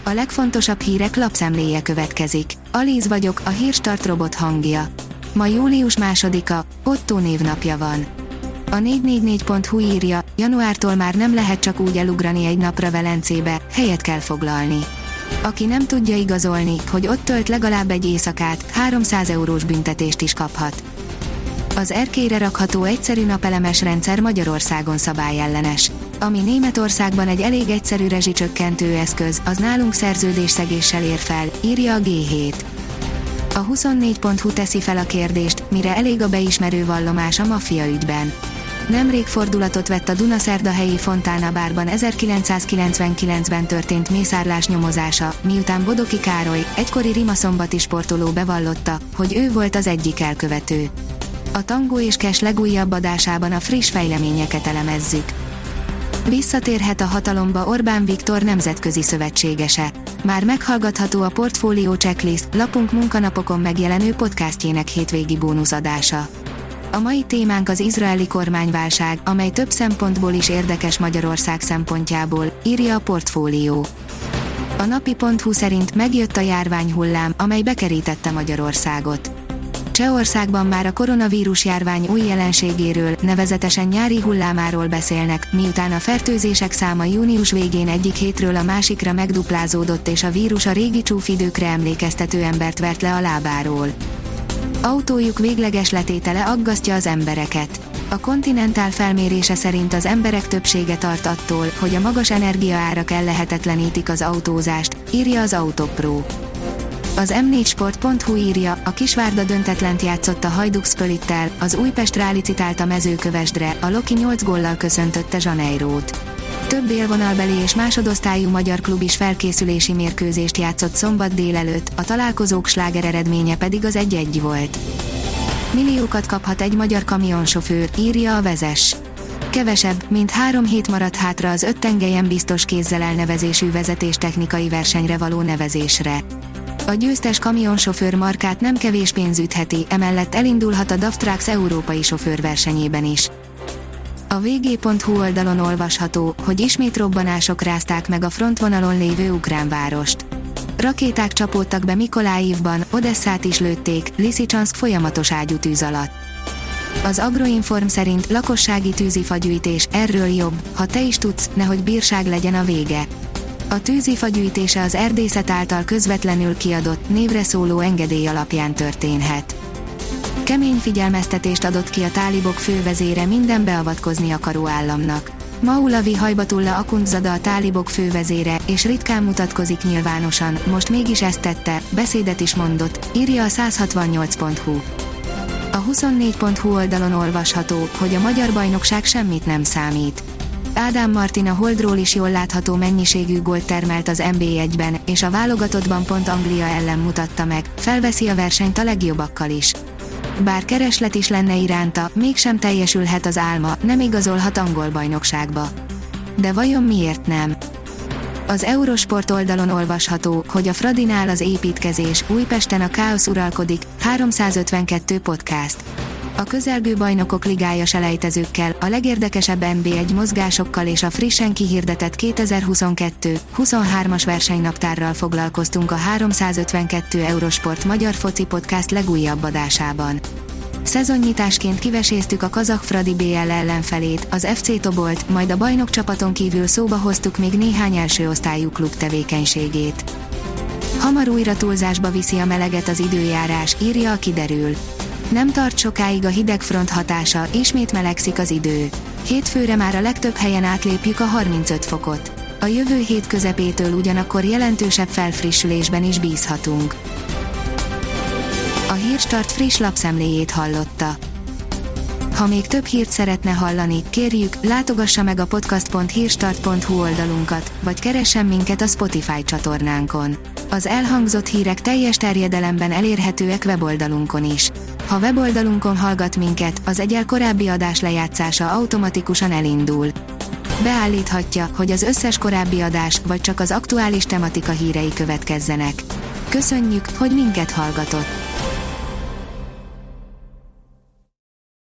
A legfontosabb hírek lapszemléje következik. Alíz vagyok, a Hírstart robot hangja. Ma július 2-a, Otto névnapja van. A 444.hu írja, januártól már nem lehet csak úgy elugrani egy napra Velencébe, helyet kell foglalni. Aki nem tudja igazolni, hogy ott tölt legalább egy éjszakát, 300 eurós büntetést is kaphat. Az erkére rakható egyszerű napelemes rendszer Magyarországon szabályellenes. Ami Németországban egy elég egyszerű rezsicsökkentő eszköz, az nálunk szerződésszegéssel ér fel, írja a G7. A 24.hu teszi fel a kérdést, mire elég a beismerő vallomás a maffia ügyben. Nemrég fordulatot vett a Dunaszerdahelyi Fontana bárban 1999-ben történt mészárlás nyomozása, miután Bodoki Károly, egykori rimaszombati sportoló bevallotta, hogy ő volt az egyik elkövető. A Tango és Cash legújabb adásában a friss fejleményeket elemezzük. Visszatérhet a hatalomba Orbán Viktor nemzetközi szövetségese. Már meghallgatható a Portfólió Checklist, lapunk munkanapokon megjelenő podcastjének hétvégi bónuszadása. A mai témánk az izraeli kormányválság, amely több szempontból is érdekes Magyarország szempontjából, írja a Portfólió. A napi.hu szerint megjött a járványhullám, amely bekerítette Magyarországot. Csehországban már a koronavírus járvány új jelenségéről, nevezetesen nyári hullámáról beszélnek, miután a fertőzések száma június végén egyik hétről a másikra megduplázódott és a vírus a régi csúfidőkre emlékeztető embert vert le a lábáról. Autójuk végleges letétele aggasztja az embereket. A Continental felmérése szerint az emberek többsége tart attól, hogy a magas energiaárak ellehetetlenítik az autózást, írja az Autopro. Az m4sport.hu írja, a Kisvárda döntetlent játszott a Hajduk Splittel, az Újpest rálicitált a Mezőkövesdre, a Loki 8 góllal köszöntötte Zsaneirót. Több élvonalbeli és másodosztályú magyar klub is felkészülési mérkőzést játszott szombat délelőtt, a találkozók sláger eredménye pedig az 1-1 volt. Milliókat kaphat egy magyar kamionsofőr, írja a Vezess. Kevesebb, mint 3 hét maradt hátra az 5 tengelyen biztos kézzel elnevezésű vezetéstechnikai versenyre való nevezésre. A győztes kamionsofőr markát nem kevés pénz ütheti, emellett elindulhat a DAF Trucks európai sofőrversenyében is. A vg.hu oldalon olvasható, hogy ismét robbanások rázták meg a frontvonalon lévő ukrán várost. Rakéták csapódtak be Mikolájivban, Odesszát is lőtték, Liszicsanszk folyamatos ágyútűz alatt. Az Agroinform szerint lakossági tűzifagyűjtés, erről jobb, ha te is tudsz, nehogy bírság legyen a vége. A tűzifagyűjtése az erdészet által közvetlenül kiadott, névre szóló engedély alapján történhet. Kemény figyelmeztetést adott ki a tálibok fővezére minden beavatkozni akaró államnak. Maulavi Hajbatulla Akundzada a tálibok fővezére, és ritkán mutatkozik nyilvánosan, most mégis ezt tette, beszédet is mondott, írja a 168.hu. A 24.hu oldalon olvasható, hogy a magyar bajnokság semmit nem számít. Ádám Martin a Holdról is jól látható mennyiségű gólt termelt az NB1-ben, és a válogatottban pont Anglia ellen mutatta meg, felveszi a versenyt a legjobbakkal is. Bár kereslet is lenne iránta, mégsem teljesülhet az álma, nem igazolhat angol bajnokságba. De vajon miért nem? Az Eurosport oldalon olvasható, hogy a Fradinál az építkezés, Újpesten a káosz uralkodik, 352 podcast. A közelgő bajnokok ligája selejtezőkkel, a legérdekesebb NB1 mozgásokkal és a frissen kihirdetett 2022-23-as versenynaptárral foglalkoztunk a 352 Eurosport magyar foci podcast legújabb adásában. Szezonnyitásként kiveséztük a kazah Fradi BL ellenfelét, az FC Tobolt, majd a bajnokcsapaton kívül szóba hoztuk még néhány első osztályú klub tevékenységét. Hamar újra túlzásba viszi a meleget az időjárás, írja a Kiderül. Nem tart sokáig a hidegfront hatása, ismét melegszik az idő. Hétfőre már a legtöbb helyen átlépjük a 35 fokot. A jövő hét közepétől ugyanakkor jelentősebb felfrissülésben is bízhatunk. A Hírstart friss lapszemléjét hallotta. Ha még több hírt szeretne hallani, kérjük, látogassa meg a podcast.hírstart.hu oldalunkat, vagy keressen minket a Spotify csatornánkon. Az elhangzott hírek teljes terjedelemben elérhetőek weboldalunkon is. Ha weboldalunkon hallgat minket, az egyel korábbi adás lejátszása automatikusan elindul. Beállíthatja, hogy az összes korábbi adás, vagy csak az aktuális tematika hírei következzenek. Köszönjük, hogy minket hallgatott!